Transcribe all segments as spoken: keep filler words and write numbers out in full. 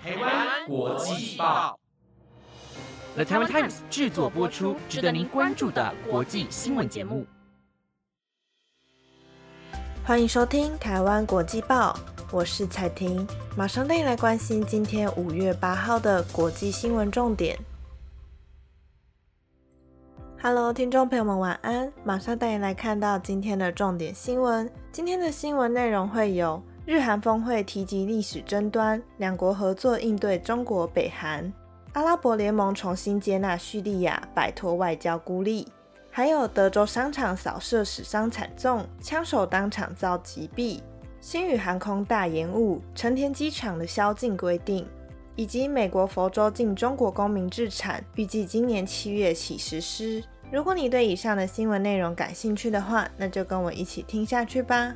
台湾国际报 The Taiwan Times 制作播出，值得您关注的国际新闻节目。 欢迎收听台湾国际报，我是彩婷，马上带你来关心今天五月八号的国际新闻重点。Hello， 听众朋友们晚安，马上带你来看到今天的重点新闻。今天的新闻内容会有日韩峰会提及历史争端，两国合作应对中国北韩，阿拉伯联盟重新接纳叙利亚，摆脱外交孤立，还有德州商场扫射死伤惨重，枪手当场遭击毙，星宇航空大延误成田机场的宵禁规定，以及美国佛州禁中国公民制产，预计今年七月起实施。如果你对以上的新闻内容感兴趣的话，那就跟我一起听下去吧。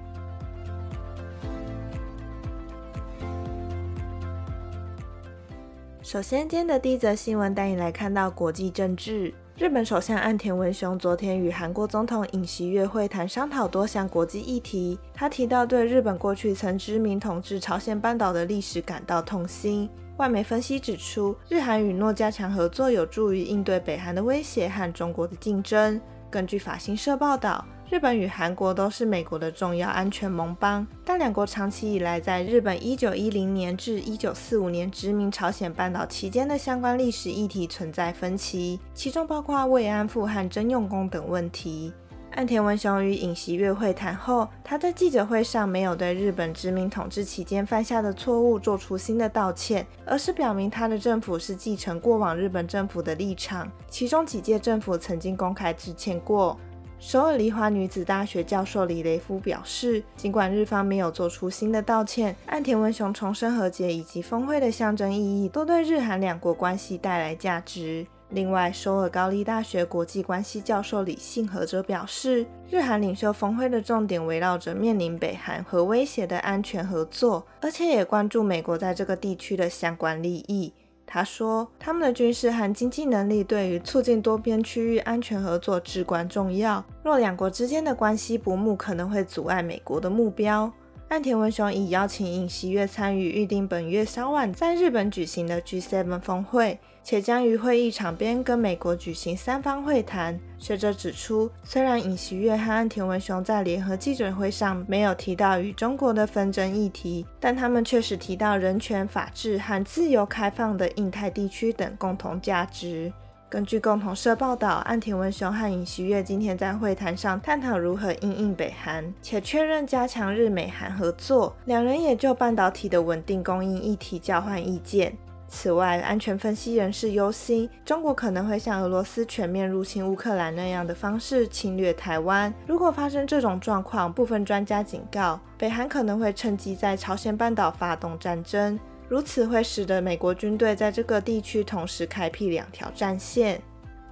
首先，今天的第一则新闻带你来看到国际政治。日本首相岸田文雄昨天与韩国总统尹锡悦会谈，商讨多项国际议题。他提到对日本过去曾知名统治朝鲜半岛的历史感到痛心。外媒分析指出，日韩允诺加强合作，有助于应对北韩的威胁和中国的竞争。根据法新社报道，日本与韩国都是美国的重要安全盟邦，但两国长期以来在日本一九一零年至一九四五年殖民朝鲜半岛期间的相关历史议题存在分歧，其中包括慰安妇和征用工等问题。岸田文雄与尹锡悦会谈后，他在记者会上没有对日本殖民统治期间犯下的错误做出新的道歉，而是表明他的政府是继承过往日本政府的立场，其中几届政府曾经公开致歉过。首尔梨花女子大学教授李雷夫表示，尽管日方没有做出新的道歉，岸田文雄重申和解以及峰会的象征意义都对日韩两国关系带来价值。另外，首尔高丽大学国际关系教授李信和则表示，日韩领袖峰会的重点围绕着面临北韩核威胁的安全合作，而且也关注美国在这个地区的相关利益。他说，他们的军事和经济能力对于促进多边区域安全合作至关重要，若两国之间的关系不睦，可能会阻碍美国的目标。岸田文雄已邀请尹锡悦参与预定本月稍晚在日本举行的 G 七 峰会，且将于会议场边跟美国举行三方会谈。学者指出，虽然尹锡悦和岸田文雄在联合记者会上没有提到与中国的纷争议题，但他们确实提到人权、法治和自由开放的印太地区等共同价值。根据共同社报道，岸田文雄和尹锡悦今天在会谈上探讨如何因应北韩，且确认加强日美韩合作。两人也就半导体的稳定供应议题交换意见。此外，安全分析人士忧心，中国可能会像俄罗斯全面入侵乌克兰那样的方式侵略台湾。如果发生这种状况，部分专家警告，北韩可能会趁机在朝鲜半岛发动战争。如此会使得美国军队在这个地区同时开辟两条战线。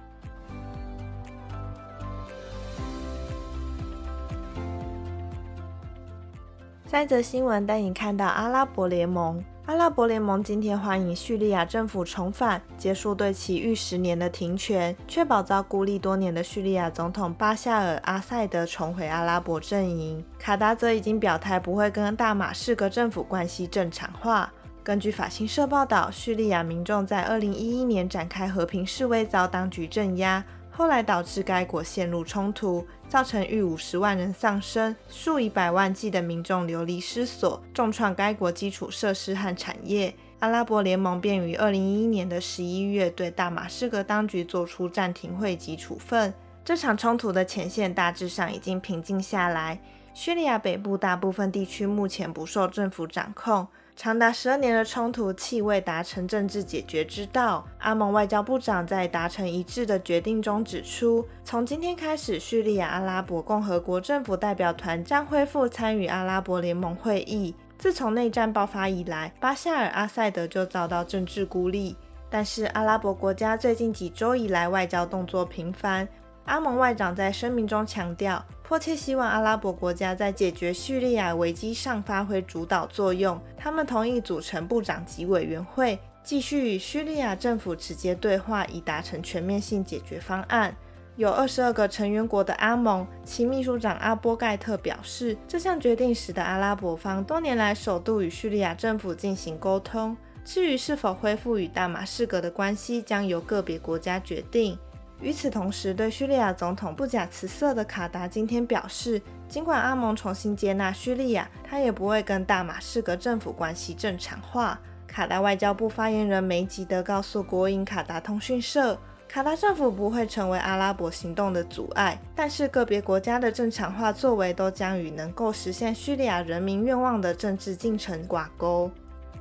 下一则新闻带你看到阿拉伯联盟。阿拉伯联盟今天欢迎叙利亚政府重返，结束对其逾十年的停权，确保遭孤立多年的叙利亚总统巴夏尔·阿塞德重回阿拉伯阵营。卡达则已经表态不会跟大马士革政府关系正常化。根据法新社报道，叙利亚民众在二零一一年展开和平示威，遭当局镇压，后来导致该国陷入冲突，造成逾五十万人丧生，数以百万计的民众流离失所，重创该国基础设施和产业。阿拉伯联盟便于二零一一年的十一月对大马士革当局做出暂停会及处分。这场冲突的前线大致上已经平静下来，叙利亚北部大部分地区目前不受政府掌控。长达十二年的冲突冀未达成政治解决之道。阿盟外交部长在达成一致的决定中指出，从今天开始，叙利亚阿拉伯共和国政府代表团将恢复参与阿拉伯联盟会议。自从内战爆发以来，巴夏尔·阿塞德就遭到政治孤立，但是阿拉伯国家最近几周以来外交动作频繁。阿盟外长在声明中强调，迫切希望阿拉伯国家在解决叙利亚危机上发挥主导作用。他们同意组成部长级委员会，继续与叙利亚政府直接对话，以达成全面性解决方案。有二十二个成员国的阿盟，其秘书长阿波盖特表示，这项决定使得阿拉伯方多年来首度与叙利亚政府进行沟通。 至于是否恢复与大马士革的关系，将由个别国家决定。与此同时，对叙利亚总统不假辞色的卡达今天表示，尽管阿盟重新接纳叙利亚，他也不会跟大马士革政府关系正常化。卡达外交部发言人梅吉德告诉国营卡达通讯社，卡达政府不会成为阿拉伯行动的阻碍，但是个别国家的正常化作为都将与能够实现叙利亚人民愿望的政治进程挂钩。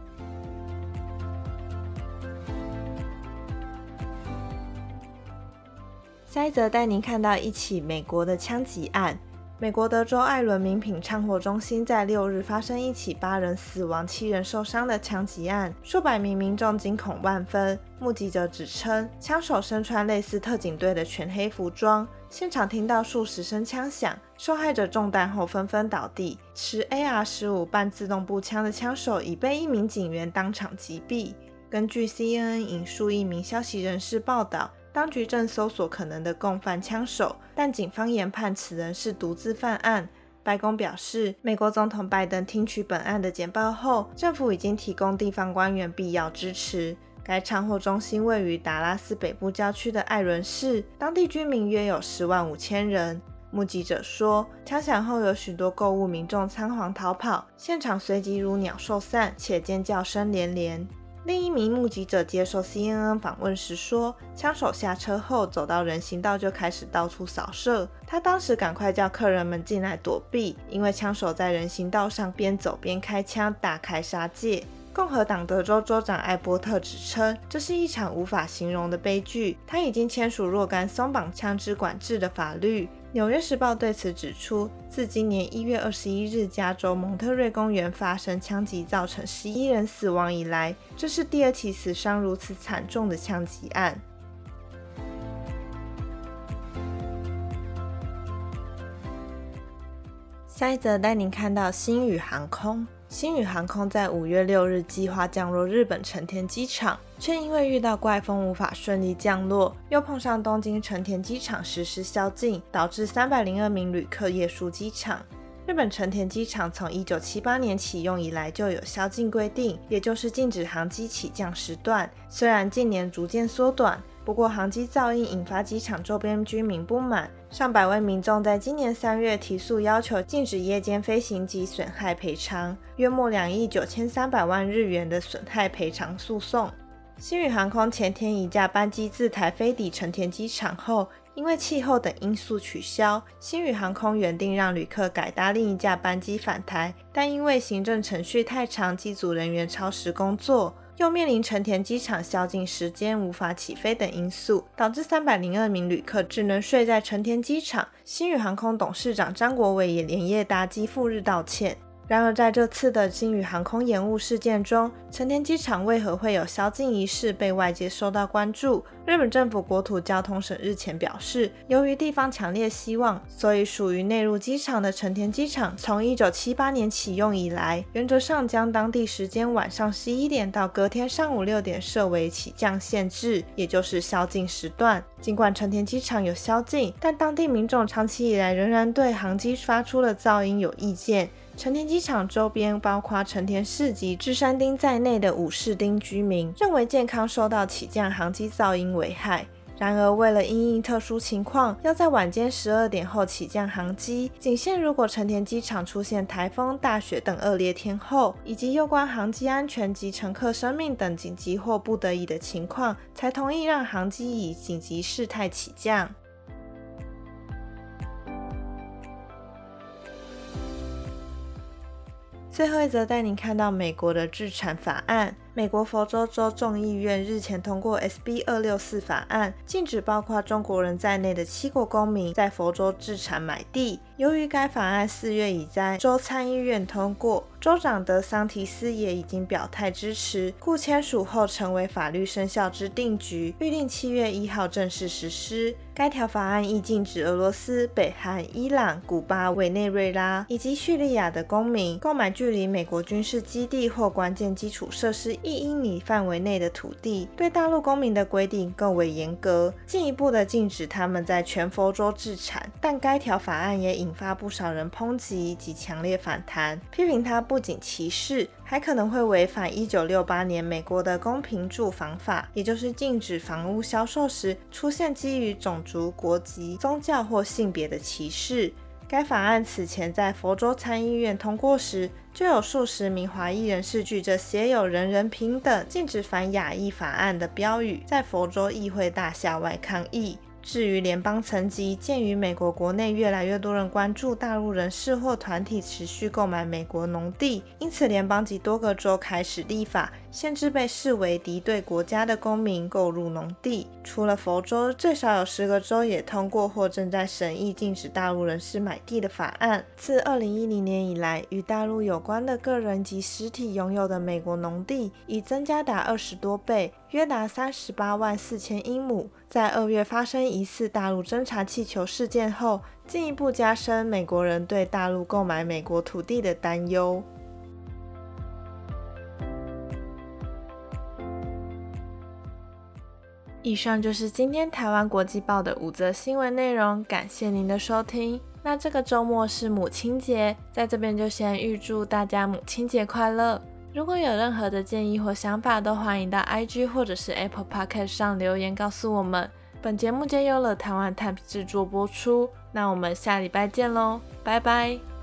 下一则带您看到一起美国的枪击案。美国德州艾伦名品仓货中心在六日发生一起八人死亡、七人受伤的枪击案，数百名民众惊恐万分。目击者指称，枪手身穿类似特警队的全黑服装，现场听到数十声枪响，受害者中弹后纷纷倒地。持 A R 十五 半自动步枪的枪手已被一名警员当场击毙。根据 C N N 引述一名消息人士报道，当局正搜索可能的共犯枪手，但警方研判此人是独自犯案。白宫表示，美国总统拜登听取本案的简报后，政府已经提供地方官员必要支持。该仓货中心位于达拉斯北部郊区的艾伦市，当地居民约有十万五千人。目击者说，枪响后有许多购物民众仓皇逃跑，现场随即如鸟兽散，且尖叫声连连。另一名目击者接受 C N N 访问时说，枪手下车后走到人行道就开始到处扫射，他当时赶快叫客人们进来躲避，因为枪手在人行道上边走边开枪，大开杀戒。共和党德州州长艾伯特指称，这是一场无法形容的悲剧，他已经签署若干松绑枪支管制的法律。纽约时报对此指出，自今年一月二十一日加州蒙特瑞公园发生枪击造成十一人死亡以来，这是第二起死伤如此惨重的枪击案。下一则带您看到星宇航空。星宇航空在五月六日计划降落日本成田机场，却因为遇到怪风无法顺利降落，又碰上东京成田机场实施宵禁，导致三百零二名旅客夜宿机场。日本成田机场从一九七八年启用以来就有宵禁规定，也就是禁止航机起降时段。虽然近年逐渐缩短，不过航机噪音引发机场周边居民不满，上百位民众在今年三月提诉要求禁止夜间飞行及损害赔偿，约莫两亿九千三百万日元的损害赔偿诉讼。星宇航空前天一架班机自台飞抵成田机场后，因为气候等因素取消，星宇航空原定让旅客改搭另一架班机返台，但因为行政程序太长，机组人员超时工作，又面临成田机场宵禁时间无法起飞等因素，导致三百零二名旅客只能睡在成田机场。星宇航空董事长张国伟也连夜搭机赴日道歉。然而在这次的星宇航空延误事件中，成田机场为何会有宵禁一事被外界受到关注。日本政府国土交通省日前表示，由于地方强烈希望，所以属于内陆机场的成田机场从一九七八年启用以来，原则上将当地时间晚上十一点到隔天上午六点设为起降限制，也就是宵禁时段。尽管成田机场有宵禁，但当地民众长期以来仍然对航机发出的噪音有意见。成田机场周边包括成田市及芝山町在内的五市町居民认为健康受到起降航机噪音危害。然而为了因应特殊情况，要在晚间十二点后起降航机，仅限如果成田机场出现台风、大雪等恶劣天候，以及有关航机安全及乘客生命等紧急或不得已的情况，才同意让航机以紧急事态起降。最后一则带您看到美国的制产法案。美国佛州州众议院日前通过 S B 二六四 法案，禁止包括中国人在内的七国公民在佛州制产买地。由于该法案四月已在州参议院通过，州长德桑提斯也已经表态支持，故签署后成为法律生效之定局，预定七月一号正式实施。该条法案亦禁止俄罗斯、北韩、伊朗、古巴、委内瑞拉以及叙利亚的公民购买距离美国军事基地或关键基础设施一英里范围内的土地，对大陆公民的规定更为严格，进一步的禁止他们在全佛州置产。但该条法案也引发不少人抨击及强烈反弹，批评它不仅歧视，还可能会违反一九六八年美国的公平住房法，也就是禁止房屋销售时出现基于种族、国籍、宗教或性别的歧视。该法案此前在佛州参议院通过时，就有数十名华裔人士举着写有人人平等、禁止反亚裔法案的标语，在佛州议会大厦外抗议。至于联邦层级，鉴于美国国内越来越多人关注大陆人士或团体持续购买美国农地，因此联邦及多个州开始立法，限制被视为敌对国家的公民购入农地。除了佛州，最少有十个州也通过或正在审议禁止大陆人士买地的法案。自二零一零年以来，与大陆有关的个人及实体拥有的美国农地已增加达二十多倍，约达三十八万四千英亩。在二月发生疑似大陆侦察气球事件后，进一步加深美国人对大陆购买美国土地的担忧。以上就是今天台湾国际报的五则新闻内容，感谢您的收听。那这个周末是母亲节，在这边就先预祝大家母亲节快乐。如果有任何的建议或想法，都欢迎到 I G 或者是 Apple Podcast 上留言告诉我们。本节目皆由了台湾 Times 制作播出，那我们下礼拜见咯，拜拜。